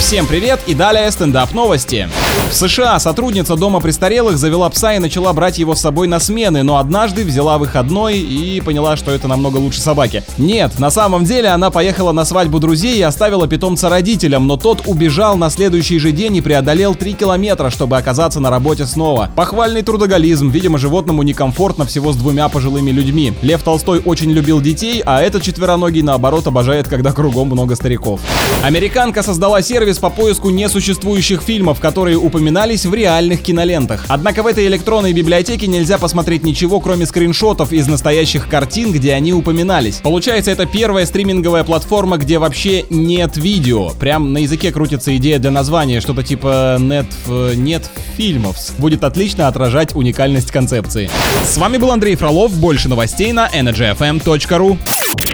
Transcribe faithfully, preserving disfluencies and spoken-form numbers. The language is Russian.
Всем привет и далее стендап новости. В США сотрудница дома престарелых завела пса и начала брать его с собой на смены, но однажды взяла выходной и поняла, что это намного лучше собаки. Нет, на самом деле она поехала на свадьбу друзей и оставила питомца родителям, но тот убежал на следующий же день и преодолел три километра, чтобы оказаться на работе снова. Похвальный трудоголизм, видимо, животному некомфортно всего с двумя пожилыми людьми. Лев Толстой очень любил детей, а этот четвероногий, наоборот, обожает, когда кругом много стариков. Американка создала сервис по поиску несуществующих фильмов, которые упоминались в реальных кинолентах. Однако в этой электронной библиотеке нельзя посмотреть ничего, кроме скриншотов из настоящих картин, где они упоминались. Получается, это первая стриминговая платформа, где вообще нет видео. Прям на языке крутится идея для названия, что-то типа нет, нет фильмов. Будет отлично отражать уникальность концепции. С вами был Андрей Фролов. Больше новостей на энерджи эф эм точка ру.